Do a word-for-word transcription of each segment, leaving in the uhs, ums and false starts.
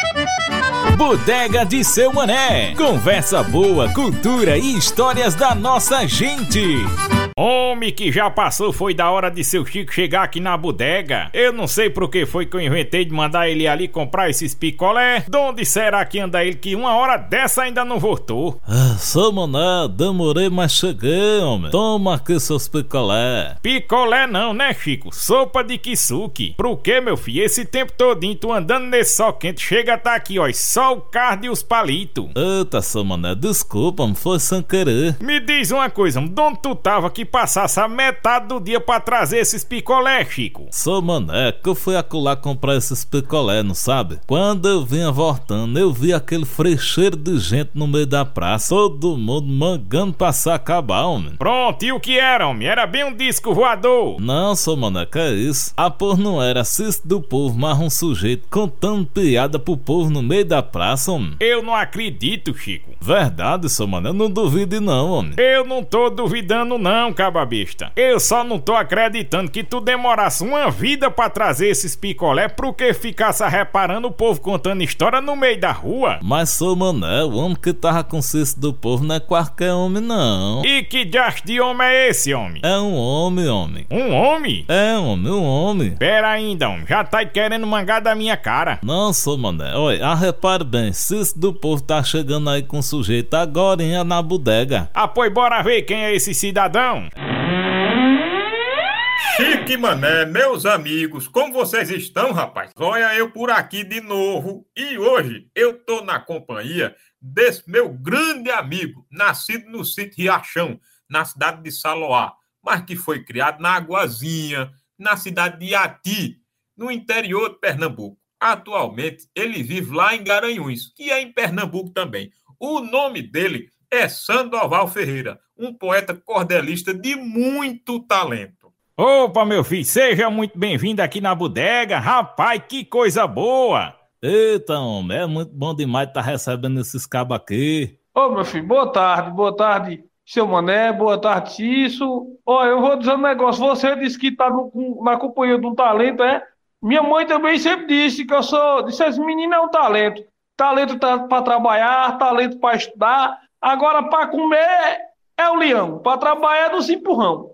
Bodega de Seu Mané. Conversa boa, cultura e histórias da nossa gente. Homem, que já passou foi da hora de seu Chico chegar aqui na bodega. Eu não sei por que foi que eu inventei de mandar ele ali comprar esses picolé. De onde será que anda ele que uma hora dessa ainda não voltou? Ah, Seu Mané, demorei, mas cheguei, homem. Toma aqui seus picolé. Picolé não, né, Chico? Sopa de kisuke. Por que, meu filho? Esse tempo todinho tu andando nesse sol quente, chega tá aqui, ó, só o carro e os palitos. Eita, Seu Mané, desculpa, foi sem querer. Me diz uma coisa, de onde tu tava que passasse a metade do dia pra trazer esses picolé, Chico? Seu Mané, que eu fui acolá comprar esses picolé, não sabe? Quando eu vinha voltando, eu vi aquele frecheiro de gente no meio da praça, todo mundo mangando pra se acabar, homem. Pronto, e o que era, homem? Era bem um disco voador? Não, Seu Mané, que é isso? A por não era cisto do povo, mas um sujeito contando piada pro povo no meio da praça, homem. Eu não acredito, Chico. Verdade, Seu Mané, não duvide não, homem. Eu não tô duvidando não, caba besta. Eu só não tô acreditando que tu demorasse uma vida pra trazer esses picolé pro que ficasse reparando o povo contando história no meio da rua. Mas, Seu Mané, o homem que tava com cisto do povo não é qualquer homem, não. E que diacho de homem é esse, homem? É um homem, homem. Um homem? É, homem, um homem. Pera ainda, homem, já tá querendo mangar da minha cara. Não, Seu Mané, olha, ah, repare bem, cisto do povo tá chegando aí com o sujeito agorinha na bodega. Ah, pois bora ver quem é esse cidadão. Chico e Mané, meus amigos, como vocês estão, rapaz? Olha eu por aqui de novo e hoje eu tô na companhia desse meu grande amigo, nascido no sítio Riachão, na cidade de Saloá, mas que foi criado na Aguazinha, na cidade de Iati, no interior de Pernambuco. Atualmente ele vive lá em Garanhuns, que é em Pernambuco também. O nome dele é Sandoval Ferreira, um poeta cordelista de muito talento. Opa, meu filho, seja muito bem-vindo aqui na bodega. Rapaz, que coisa boa! Eita, homem, é muito bom demais estar recebendo esses cabos aqui. Ô, meu filho, boa tarde, boa tarde, seu Mané, boa tarde, Cício. Ó, eu vou dizer um negócio, você disse que tá no, na companhia de um talento, é? Minha mãe também sempre disse que eu sou, disse, esse menino é um talento. Talento tá pra trabalhar, talento pra estudar, agora pra comer é o leão, pra trabalhar é dos empurrão.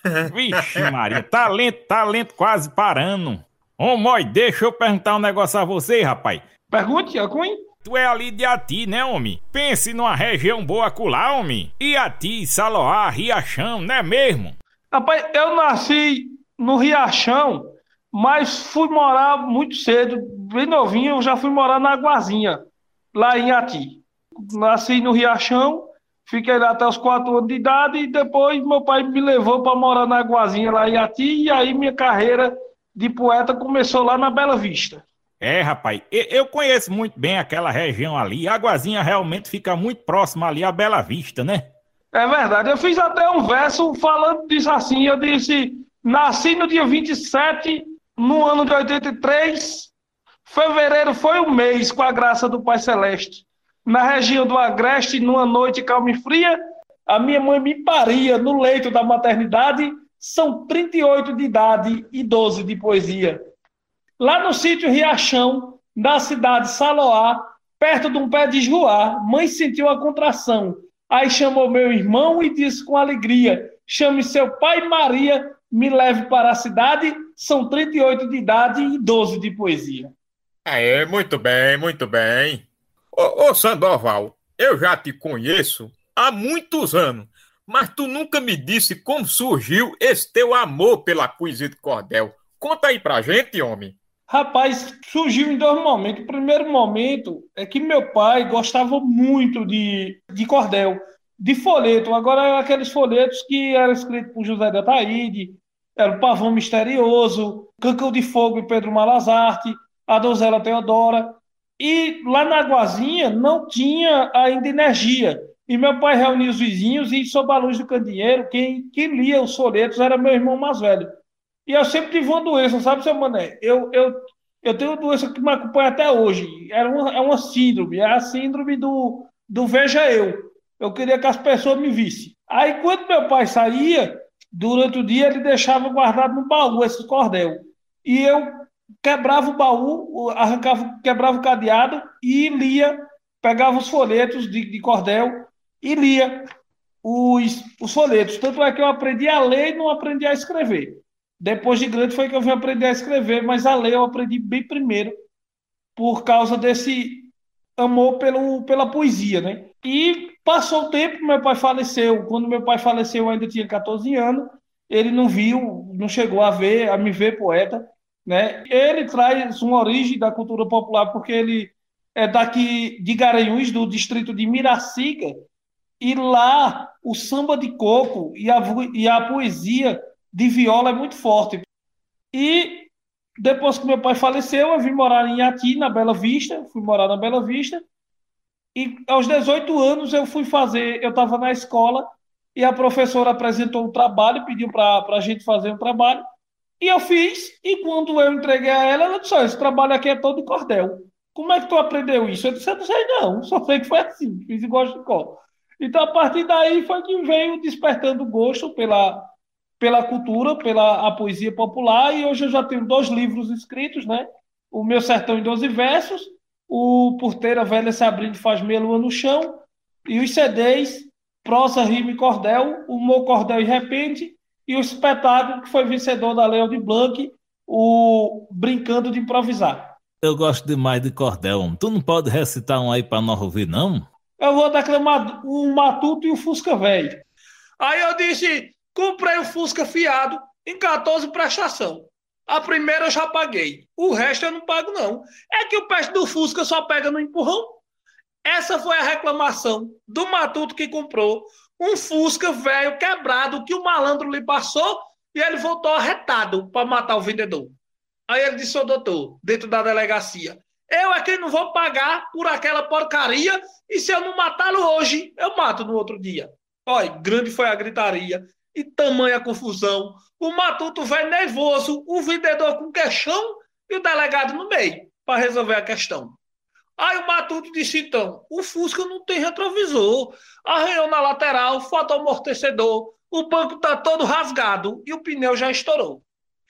Vixe Maria, talento, talento quase parando. Ô, Moi, deixa eu perguntar um negócio a você, rapaz. Pergunte, Alcunha. Tu é ali de Iati, né, homem? Pense numa região boa acolá, homem. Iati, Saloá, Riachão, não é mesmo? Rapaz, eu nasci no Riachão, mas fui morar muito cedo, bem novinho, eu já fui morar na Aguazinha, lá em Iati. Nasci no Riachão, fiquei lá até os quatro anos de idade e depois meu pai me levou para morar na Aguazinha, lá em Iati, e aí minha carreira de poeta começou lá na Bela Vista. É, rapaz, eu conheço muito bem aquela região ali. A Aguazinha realmente fica muito próxima ali à Bela Vista, né? É verdade, eu fiz até um verso falando disso assim, eu disse, nasci no dia vinte e sete, no ano de oitenta e três, fevereiro foi o mês, com a graça do Pai Celeste. Na região do Agreste, numa noite calma e fria, a minha mãe me paria no leito da maternidade, são trinta e oito de idade e doze de poesia. Lá no sítio Riachão, na cidade de Saloá, perto de um pé de joá, mãe sentiu a contração. Aí chamou meu irmão e disse com alegria, chame seu pai Maria, me leve para a cidade, são trinta e oito de idade e doze de poesia. É, muito bem, muito bem. Ô, ô Sandoval, eu já te conheço há muitos anos, mas tu nunca me disse como surgiu esse teu amor pela poesia de cordel. Conta aí pra gente, homem. Rapaz, surgiu em dois momentos. O primeiro momento é que meu pai gostava muito de, de cordel, de folheto. Agora, aqueles folhetos que eram escritos por José de Ataíde, era o Pavão Misterioso, Cãcão de Fogo e Pedro Malazarte, a Donzela Teodora. E lá na Aguazinha não tinha ainda energia. E meu pai reunia os vizinhos e, sob a luz do candeeiro, quem, quem lia os folhetos era meu irmão mais velho. E eu sempre tive uma doença, sabe, seu Mané? Eu, eu, eu tenho uma doença que me acompanha até hoje. Era uma, é uma síndrome, é a síndrome do, do veja eu. Eu queria que as pessoas me vissem. Aí, quando meu pai saía, durante o dia, ele deixava guardado no baú esse cordel. E eu quebrava o baú, arrancava, quebrava o cadeado e lia, pegava os folhetos de, de cordel e lia os, os folhetos. Tanto é que eu aprendi a ler e não aprendi a escrever. Depois de grande foi que eu vim aprender a escrever, mas a ler eu aprendi bem primeiro, por causa desse amor pelo, pela poesia, né? E passou o tempo, meu pai faleceu. Quando meu pai faleceu, eu ainda tinha catorze anos. Ele não viu, não chegou a ver, a me ver poeta, né? Ele traz uma origem da cultura popular, porque ele é daqui de Garanhuns, do distrito de Miracica, e lá o samba de coco e a, e a poesia de viola é muito forte. E depois que meu pai faleceu, eu vim morar em Ati, na Bela Vista, fui morar na Bela Vista, e aos dezoito anos eu fui fazer, eu estava na escola, e a professora apresentou um trabalho, pediu para a gente fazer um trabalho, e eu fiz, e quando eu entreguei a ela, ela disse, esse trabalho aqui é todo de cordel. Como é que tu aprendeu isso? Eu disse, eu não sei não, só sei que foi assim, fiz igual de cor. Então, a partir daí foi que veio despertando gosto pela, pela cultura, pela a poesia popular, e hoje eu já tenho dois livros escritos, né? O Meu Sertão em doze Versos, o Porteira Velha se abrindo faz meia lua no chão, e os C Ds Prosa, Rima e Cordel, Humor, Cordel e Repente, e o espetáculo que foi vencedor da Lei Aldir Blanc, o Brincando de Improvisar. Eu gosto demais de cordel. Tu não pode recitar um aí pra nós ouvir, não? Eu vou declamar o Matuto e o Fusca Velho. Aí eu disse, comprei o Fusca fiado em quatorze prestação. A primeira eu já paguei, o resto eu não pago não. É que o preço do Fusca só pega no empurrão. Essa foi a reclamação do Matuto que comprou um Fusca velho quebrado que o malandro lhe passou e ele voltou arretado para matar o vendedor. Aí ele disse, ô doutor, dentro da delegacia, eu é que não vou pagar por aquela porcaria e se eu não matá-lo hoje, eu mato no outro dia. Olha, grande foi a gritaria e tamanha confusão. O Matuto velho nervoso, o vendedor com queixão e o delegado no meio para resolver a questão. Aí o Matuto disse então, o Fusca não tem retrovisor, arranhou na lateral, falta o amortecedor, o banco está todo rasgado e o pneu já estourou.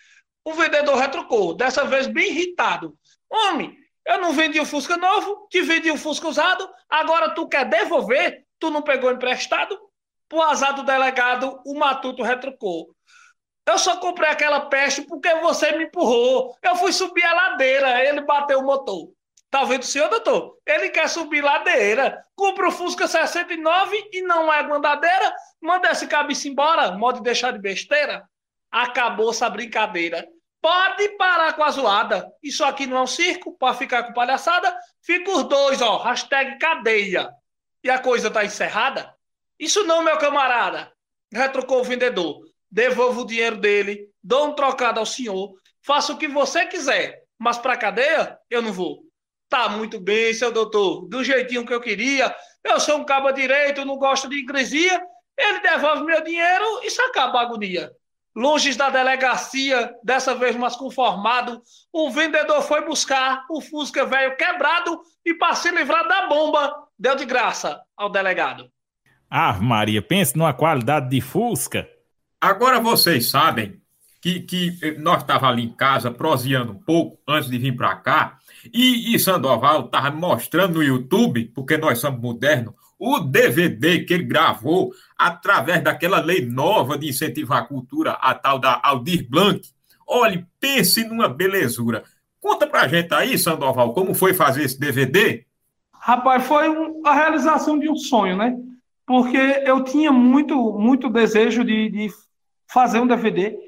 O vendedor retrucou, dessa vez bem irritado. Homem, eu não vendi o Fusca novo, te vendi o Fusca usado, agora tu quer devolver? Tu não pegou emprestado? Por azar do delegado, o Matuto retrucou. Eu só comprei aquela peste porque você me empurrou. Eu fui subir a ladeira, ele bateu o motor. Tá vendo o senhor, doutor? Ele quer subir ladeira. Compra o Fusca sessenta e nove e não é guandadeira. Manda esse cabeça embora, modo deixar de besteira. Acabou essa brincadeira. Pode parar com a zoada. Isso aqui não é um circo, para ficar com palhaçada. Fica os dois, ó, hashtag cadeia. E a coisa tá encerrada? Isso não, meu camarada. Retrucou o vendedor. Devolvo o dinheiro dele, dou um trocado ao senhor, faça o que você quiser, mas pra cadeia eu não vou. Tá muito bem, seu doutor, do jeitinho que eu queria. Eu sou um cabo direito, não gosto de ingresia. Ele devolve meu dinheiro e se acaba a agonia. Longe da delegacia, dessa vez mais conformado, o vendedor foi buscar o Fusca velho quebrado e para se livrar da bomba, deu de graça ao delegado. Ah, Maria, pense numa qualidade de Fusca. Agora vocês sabem que, que nós estávamos ali em casa proseando um pouco antes de vir para cá e, e Sandoval estava mostrando no YouTube, porque nós somos modernos, o D V D que ele gravou através daquela lei nova de incentivo à cultura, a tal da Aldir Blanc. Olha, pense numa belezura. Conta pra gente aí, Sandoval, como foi fazer esse D V D? Rapaz, foi um, a realização de um sonho, né? Porque eu tinha muito, muito desejo de, de fazer um D V D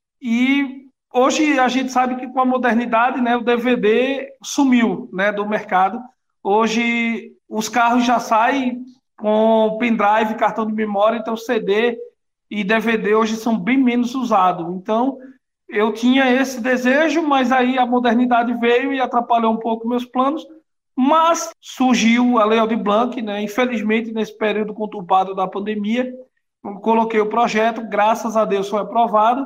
e hoje a gente sabe que com a modernidade, né, o D V D sumiu, né, do mercado. Hoje os carros já saem com pendrive, cartão de memória, então C D e D V D hoje são bem menos usados. Então eu tinha esse desejo, mas aí a modernidade veio e atrapalhou um pouco meus planos. Mas surgiu a Lei Aldir Blanc, né? Infelizmente, nesse período conturbado da pandemia, eu coloquei o projeto, graças a Deus foi aprovado,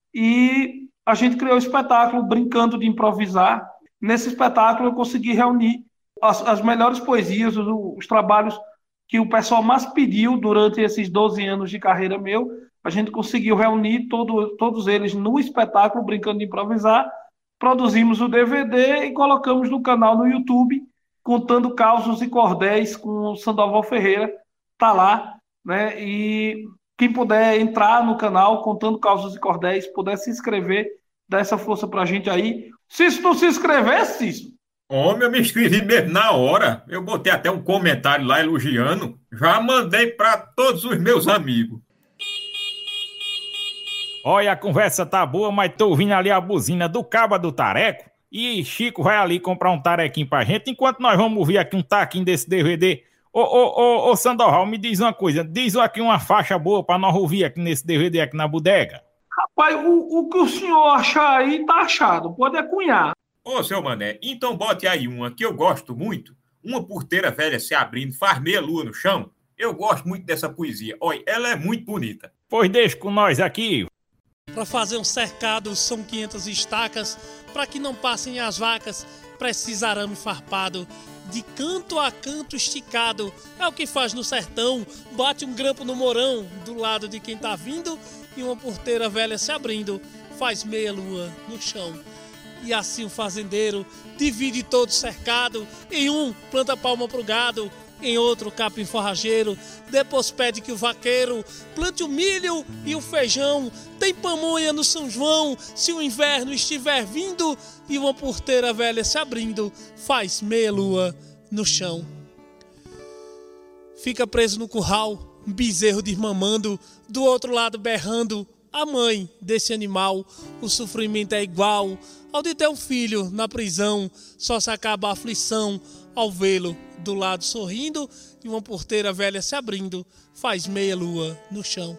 e a gente criou o espetáculo Brincando de Improvisar. Nesse espetáculo eu consegui reunir as, as melhores poesias, os, os trabalhos que o pessoal mais pediu durante esses doze anos de carreira meu. A gente conseguiu reunir todo, todos eles no espetáculo Brincando de Improvisar, produzimos o D V D e colocamos no canal no YouTube, contando causos e cordéis com o Sandoval Ferreira, tá lá, né? E quem puder entrar no canal, contando causos e cordéis, puder se inscrever, dar essa força pra gente aí. Cício, tu se inscrevesse, Cício? Homem, eu me inscrevi mesmo na hora. Eu botei até um comentário lá elogiando. Já mandei para todos os meus amigos. Olha, a conversa tá boa, mas tô ouvindo ali a buzina do Caba do Tareco. E Chico vai ali comprar um tarequinho pra gente, enquanto nós vamos ouvir aqui um taquinho desse D V D. Ô, ô, ô, ô, Sandoval, me diz uma coisa. Diz aqui uma faixa boa pra nós ouvir aqui nesse D V D aqui na bodega. Rapaz, o, o que o senhor achar aí, tá achado. Pode acunhar. Ô, seu Mané, então bote aí uma que eu gosto muito. Uma porteira velha se abrindo, faz meia lua no chão. Eu gosto muito dessa poesia. Olha, ela é muito bonita. Pois deixa com nós aqui. Para fazer um cercado são quinhentas estacas, para que não passem as vacas, precisa arame farpado. De canto a canto esticado, é o que faz no sertão. Bate um grampo no morão, do lado de quem tá vindo, e uma porteira velha se abrindo, faz meia lua no chão. E assim o fazendeiro divide todo cercado, em um planta palma pro gado, em outro capim forrageiro, depois pede que o vaqueiro plante o milho e o feijão. Tem pamonha no São João, se o inverno estiver vindo, e uma porteira velha se abrindo, faz meia lua no chão. Fica preso no curral, um bezerro desmamando, do outro lado berrando, a mãe desse animal. O sofrimento é igual ao de ter um filho na prisão, só se acaba a aflição ao vê-lo do lado sorrindo, e uma porteira velha se abrindo, faz meia lua no chão.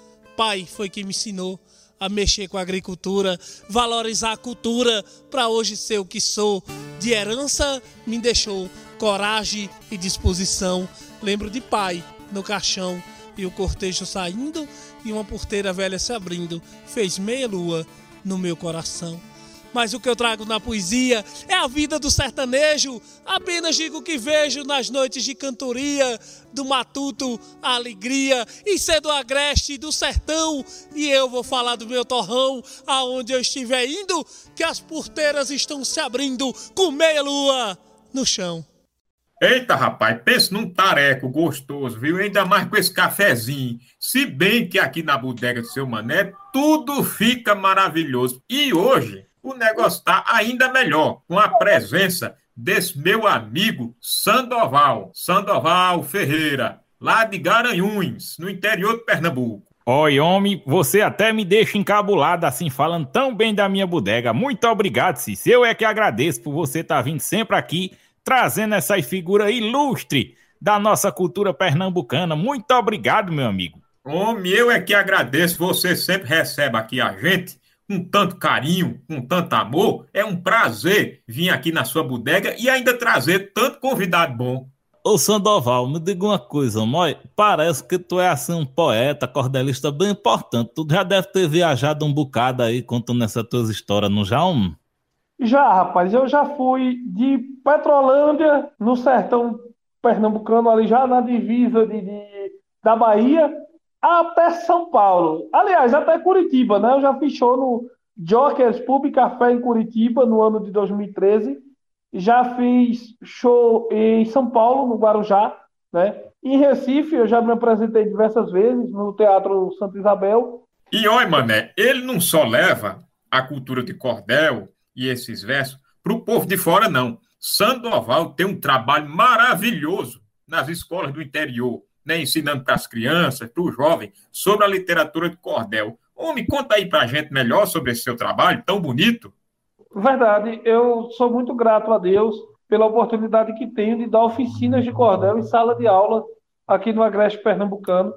Pai foi quem me ensinou a mexer com a agricultura, valorizar a cultura, pra hoje ser o que sou. De herança me deixou coragem e disposição. Lembro de pai no caixão, e o cortejo saindo, e uma porteira velha se abrindo, fez meia lua no meu coração. Mas o que eu trago na poesia é a vida do sertanejo. Apenas digo o que vejo nas noites de cantoria, do matuto a alegria, e ser do agreste do sertão. E eu vou falar do meu torrão, aonde eu estiver indo, que as porteiras estão se abrindo com meia lua no chão. Eita, rapaz, pensa num tareco gostoso, viu? Ainda mais com esse cafezinho. Se bem que aqui na bodega do seu Mané, tudo fica maravilhoso. E hoje o negócio está ainda melhor, com a presença desse meu amigo Sandoval, Sandoval Ferreira, lá de Garanhuns, no interior de Pernambuco. Oi, homem, você até me deixa encabulado assim, falando tão bem da minha bodega. Muito obrigado, Cício. Eu é que agradeço por você estar vindo sempre aqui, trazendo essa figura ilustre da nossa cultura pernambucana. Muito obrigado, meu amigo. Homem, eu é que agradeço. Você sempre recebe aqui a gente com tanto carinho, com tanto amor. É um prazer vir aqui na sua bodega e ainda trazer tanto convidado bom. Ô Sandoval, me diga uma coisa, mãe. Parece que tu é assim um poeta, cordelista bem importante. Tu já deve ter viajado um bocado aí contando essas tuas histórias, não já, um? Já, rapaz, eu já fui de Petrolândia, no sertão pernambucano, ali já na divisa de, de, da Bahia, até São Paulo. Aliás, até Curitiba, né? Eu já fiz show no Jokers Pub Café em Curitiba no ano de dois mil e treze. Já fiz show em São Paulo, no Guarujá, né? Em Recife, eu já me apresentei diversas vezes no Teatro Santa Isabel. E olha, mané, ele não só leva a cultura de cordel e esses versos para o povo de fora, não. Sandoval tem um trabalho maravilhoso nas escolas do interior, né, ensinando para as crianças, para os jovens, sobre a literatura de cordel. Homem, conta aí para a gente melhor sobre esse seu trabalho tão bonito. Verdade, eu sou muito grato a Deus pela oportunidade que tenho de dar oficinas de cordel em sala de aula aqui no Agreste Pernambucano.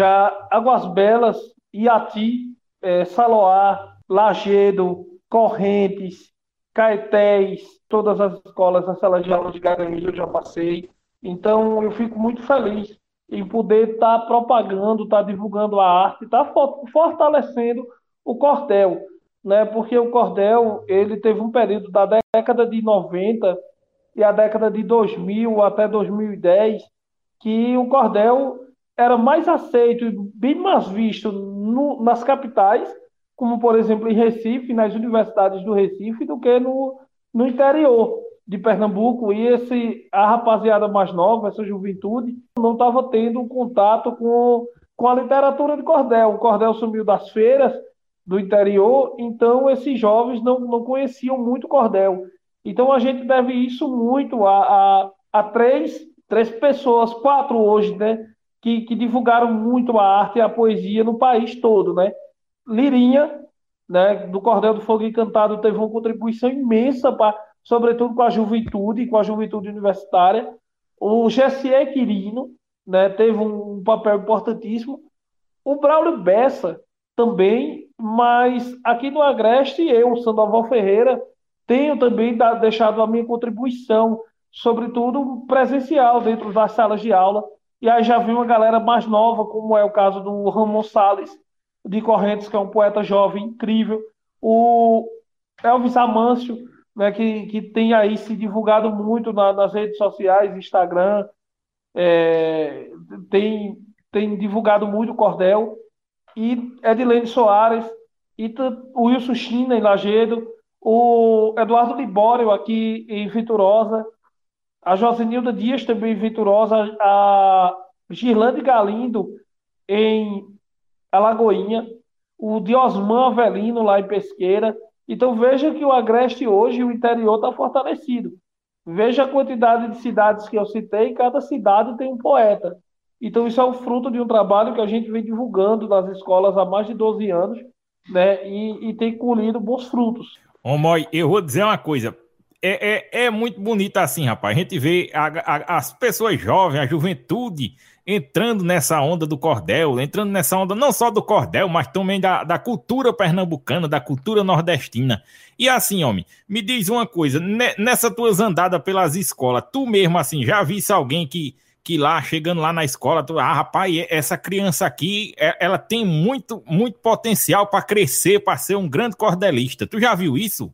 Já Águas Belas, Iati, é, Saloá, Lagedo, Correntes, Caetés, todas as escolas, na sala de aula de Garanhuns eu já passei. Então eu fico muito feliz em poder estar tá propagando, estar tá divulgando a arte, estar tá fortalecendo o cordel, né? Porque o cordel, ele teve um período da década de noventa e a década de dois mil até dois mil e dez, que o cordel era mais aceito e bem mais visto no, nas capitais como por exemplo em Recife, nas universidades do Recife, do que no, no interior de Pernambuco. E esse, a rapaziada mais nova, essa juventude, não estava tendo contato com, com a literatura de cordel. O cordel sumiu das feiras do interior, então esses jovens não, não conheciam muito cordel. Então a gente deve isso muito a, a, a três, três pessoas, quatro hoje, né, que, que divulgaram muito a arte e a poesia no país todo, né? Lirinha, né, do Cordel do Fogo Encantado, teve uma contribuição imensa, pra, sobretudo com a juventude e com a juventude universitária. O Gessié Quirino, né, teve um, um papel importantíssimo. O Braulio Bessa também, mas aqui no Agreste, eu, Sandoval Ferreira, tenho também da, deixado a minha contribuição, sobretudo presencial, dentro das salas de aula. E aí já vi uma galera mais nova, como é o caso do Ramon Salles, de Correntes, que é um poeta jovem incrível. O Elvis Amâncio, né, que, que tem aí se divulgado muito na, nas redes sociais, Instagram, é, tem, tem divulgado muito o cordel. E Edilene Soares, e o Wilson China, em Lagedo, o Eduardo Libório, aqui em Viturosa, a Josenilda Dias, também em Viturosa, a Girlande Galindo, em Alagoinha, o Diosman Avelino, lá em Pesqueira. Então veja que o Agreste hoje, o interior, está fortalecido. Veja a quantidade de cidades que eu citei, cada cidade tem um poeta. Então isso é o fruto de um trabalho que a gente vem divulgando nas escolas há mais de doze anos, né, e, e tem colhido bons frutos. Ô, Moi, eu vou dizer uma coisa. É, é, é muito bonito assim, rapaz. A gente vê a, a, as pessoas jovens, a juventude, entrando nessa onda do cordel, entrando nessa onda não só do cordel, mas também da, da cultura pernambucana, da cultura nordestina. E assim, homem, me diz uma coisa, nessa tuas andadas pelas escolas, tu mesmo assim, já visse alguém que, que lá, chegando lá na escola, tu, ah, rapaz, essa criança aqui, ela tem muito, muito potencial para crescer, para ser um grande cordelista. Tu já viu isso?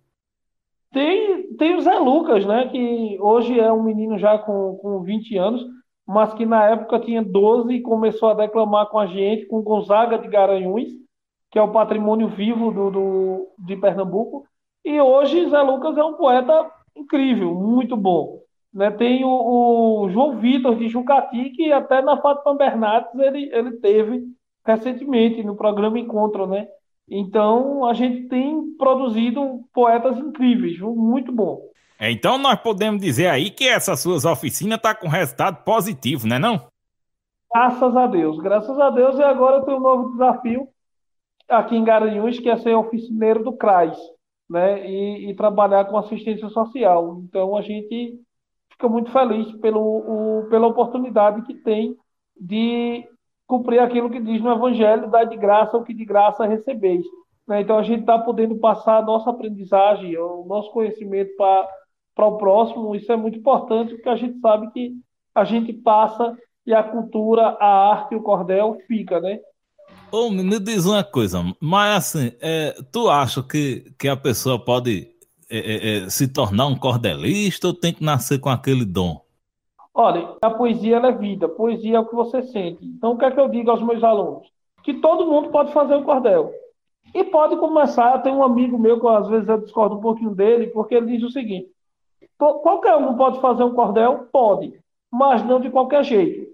Tem, tem o Zé Lucas, né, que hoje é um menino já com, com vinte anos, mas que na época tinha doze e começou a declamar com a gente, com Gonzaga de Garanhuns, que é o patrimônio vivo do, do, de Pernambuco. E hoje Zé Lucas é um poeta incrível, muito bom. Né? Tem o, o João Vitor de Jucati, que até na Fátima Bernardes ele, ele teve recentemente no programa Encontro, né? Então, a gente tem produzido poetas incríveis, muito bom. É, então, nós podemos dizer aí que essas suas oficinas estão tá com resultado positivo, né não? Graças a Deus, graças a Deus. E agora eu tenho um novo desafio aqui em Garanhuns, que é ser oficineiro do C R A S, né? E, e trabalhar com assistência social. Então, a gente fica muito feliz pelo, o, pela oportunidade que tem de cumprir aquilo que diz no Evangelho, dar de graça o que de graça recebeis. Né? Então, a gente está podendo passar a nossa aprendizagem, o nosso conhecimento para o próximo. Isso é muito importante, porque a gente sabe que a gente passa e a cultura, a arte e o cordel fica, né? Ô, me diz uma coisa, mas assim, é, tu acha que, que a pessoa pode é, é, é, se tornar um cordelista ou tem que nascer com aquele dom? Olha, a poesia ela é vida, poesia é o que você sente. Então, o que é que eu digo aos meus alunos? Que todo mundo pode fazer o cordel. E pode começar, tem um amigo meu que às vezes eu discordo um pouquinho dele, porque ele diz o seguinte: qualquer um pode fazer um cordel? Pode, mas não de qualquer jeito.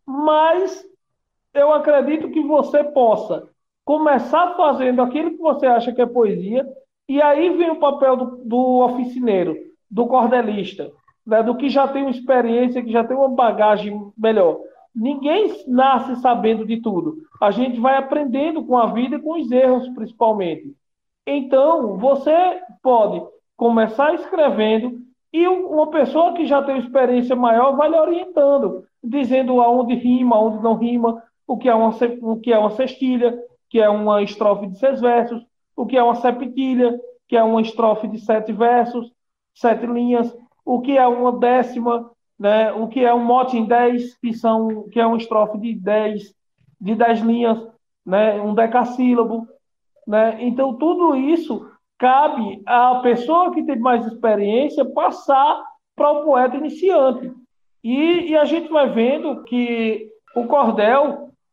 Mas eu acredito que você possa começar fazendo aquilo que você acha que é poesia, e aí vem o papel do, do oficineiro, do cordelista, né, do que já tem uma experiência, que já tem uma bagagem melhor. Ninguém nasce sabendo de tudo. A gente vai aprendendo com a vida e com os erros, principalmente. Então, você pode começar escrevendo e uma pessoa que já tem experiência maior vai lhe orientando, dizendo aonde rima, aonde não rima, o que é uma, o que é uma cestilha, que é uma estrofe de seis versos, o que é uma septilha, que é uma estrofe de sete versos, sete linhas, o que é uma décima, né? O que é um mote em dez, que, são, que é uma estrofe de dez, de dez linhas, né? Um decassílabo. Né? Então, tudo isso cabe à pessoa que tem mais experiência passar para o poeta iniciante. E, e a gente vai vendo que o cordel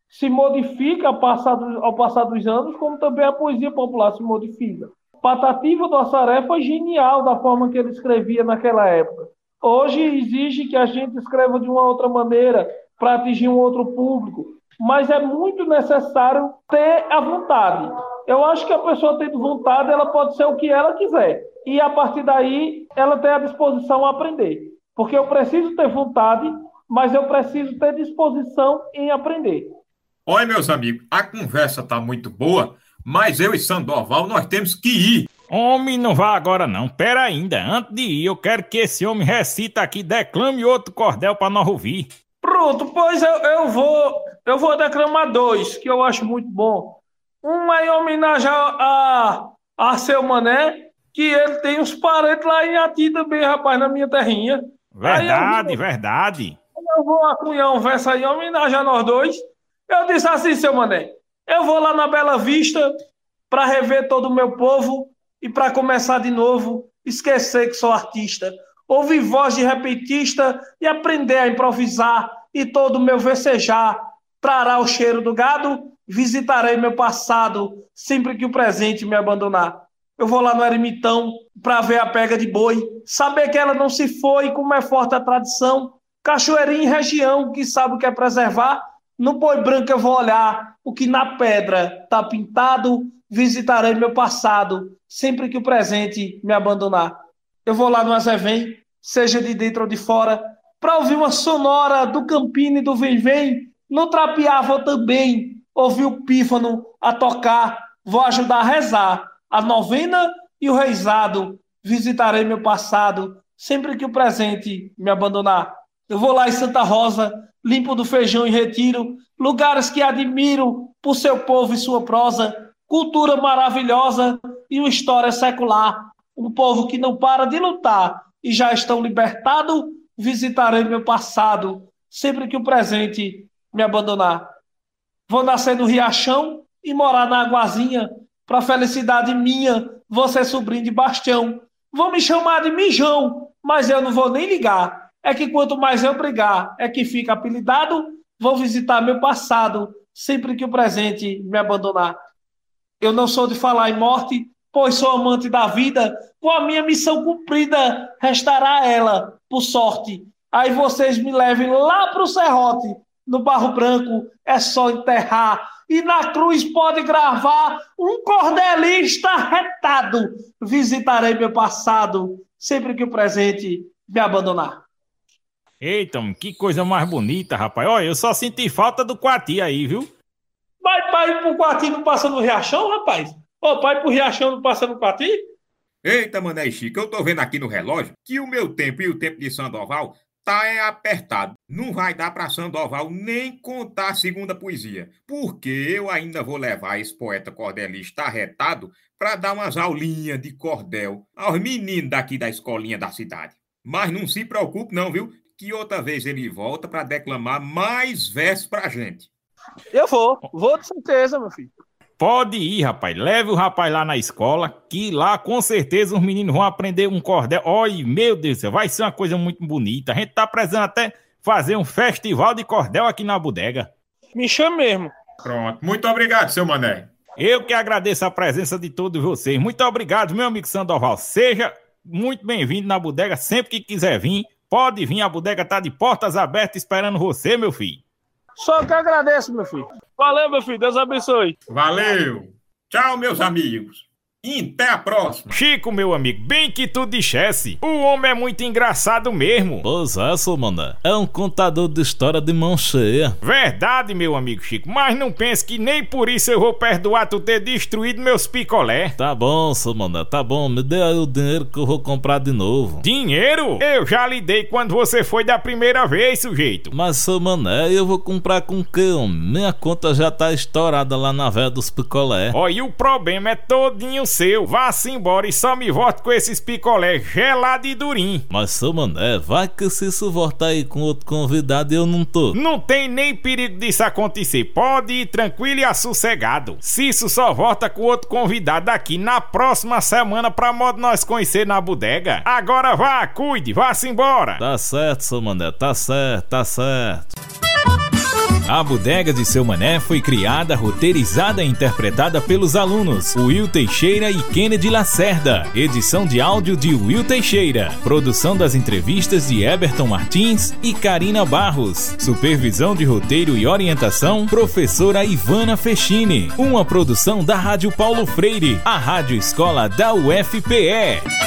se modifica ao passar, do, ao passar dos anos, como também a poesia popular se modifica. Patativa do Assaré foi genial da forma que ele escrevia naquela época. Hoje exige que a gente escreva de uma outra maneira para atingir um outro público, mas é muito necessário ter a vontade. Eu acho que a pessoa tendo vontade, ela pode ser o que ela quiser. E a partir daí, ela tem a disposição a aprender. Porque eu preciso ter vontade, mas eu preciso ter disposição em aprender. Olha, meus amigos, a conversa está muito boa, mas eu e Sandoval, nós temos que ir. Homem, não vá agora não, pera ainda. Antes de ir, eu quero que esse homem recita aqui, declame outro cordel para nós ouvir. Pronto, pois eu, eu vou eu vou declamar dois, que eu acho muito bom. Um é em homenagem a, a seu Mané, que ele tem uns parentes lá em Ati também, rapaz, na minha terrinha. Verdade, eu, verdade. Eu vou acunhar um verso aí em homenagem a nós dois. Eu disse assim, seu Mané, eu vou lá na Bela Vista para rever todo o meu povo e para começar de novo, esquecer que sou artista. Ouvir voz de repentista e aprender a improvisar, e todo o meu vecejar trará o cheiro do gado, visitarei meu passado sempre que o presente me abandonar. Eu vou lá no ermitão para ver a pega de boi, saber que ela não se foi, como é forte a tradição, cachoeirinha em região que sabe o que é preservar, no boi branco eu vou olhar o que na pedra tá pintado, visitarei meu passado sempre que o presente me abandonar. Eu vou lá no Azevém, seja de dentro ou de fora, para ouvir uma sonora do Campino e do Vem-Vem. No Trapiá vou também ouvir o pífano a tocar, vou ajudar a rezar a novena e o reizado, visitarei meu passado sempre que o presente me abandonar. Eu vou lá em Santa Rosa, limpo do feijão e retiro, lugares que admiro por seu povo e sua prosa, cultura maravilhosa e uma história secular, um povo que não para de lutar e já estão libertados, visitarei meu passado sempre que o presente me abandonar. Vou nascer no Riachão e morar na Aguazinha, pra felicidade minha, vou ser sobrinho de Bastião. Vão me chamar de Mijão, mas eu não vou nem ligar. É que quanto mais eu brigar, é que fica apelidado. Vou visitar meu passado sempre que o presente me abandonar. Eu não sou de falar em morte, pois sou amante da vida. Com a minha missão cumprida, restará ela, por sorte. Aí vocês me levem lá pro serrote. No Barro Branco é só enterrar. E na cruz pode gravar um cordelista retado. Visitarei meu passado sempre que o presente me abandonar. Eita, que coisa mais bonita, rapaz. Olha, eu só senti falta do Coati aí, viu? Vai pai ir pro Coati não passa no Riachão, rapaz? Ô, pai pro Riachão não passa no Coati? Eita, Mané e Chico, eu tô vendo aqui no relógio que o meu tempo e o tempo de Sandoval tá é apertado. Não vai dar pra Sandoval nem contar a segunda poesia, porque eu ainda vou levar esse poeta cordelista arretado pra dar umas aulinhas de cordel aos meninos daqui da escolinha da cidade. Mas não se preocupe não, viu? Que outra vez ele volta pra declamar mais versos pra gente. Eu vou, vou de certeza, meu filho. Pode ir, rapaz. Leve o rapaz lá na escola, que lá com certeza os meninos vão aprender um cordel. Olha, meu Deus do céu, vai ser uma coisa muito bonita. A gente tá precisando até fazer um festival de cordel aqui na bodega. Me chama mesmo. Pronto. Muito obrigado, seu Mané. Eu que agradeço a presença de todos vocês. Muito obrigado, meu amigo Sandoval. Seja muito bem-vindo na bodega sempre que quiser vir. Pode vir, a bodega tá de portas abertas esperando você, meu filho. Só que agradeço, meu filho. Valeu, meu filho. Deus abençoe. Valeu. Tchau, meus amigos. E até a próxima. Chico, meu amigo, bem que tu dissesse. O homem é muito engraçado mesmo. Pois é, seu mané. É um contador de história de mão cheia. Verdade, meu amigo Chico. Mas não pense que nem por isso eu vou perdoar tu ter destruído meus picolé. Tá bom, seu mané, tá bom. Me dê aí o dinheiro que eu vou comprar de novo. Dinheiro? Eu já lhe dei quando você foi da primeira vez, sujeito. Mas, seu mané, eu vou comprar com o quê, homem? Minha conta já tá estourada lá na véia dos picolé. Ó, e o problema é todinho seu. Vá-se embora e só me volte com esses picolé gelado e durinho. Mas, seu mané, vai que se isso voltar aí com outro convidado eu não tô. Não tem nem perigo disso acontecer. Pode ir tranquilo e assossegado. Se isso só volta com outro convidado aqui na próxima semana pra modo nós conhecer na bodega. Agora vá, cuide, vá-se embora. Tá certo, seu mané, tá certo, tá certo. A Bodega de Seu Mané foi criada, roteirizada e interpretada pelos alunos Will Teixeira e Kennedy Lacerda. Edição de áudio de Will Teixeira. Produção das entrevistas de Eberton Martins e Karina Barros. Supervisão de roteiro e orientação, professora Ivana Fechini. Uma produção da Rádio Paulo Freire, a rádio escola da U F P E.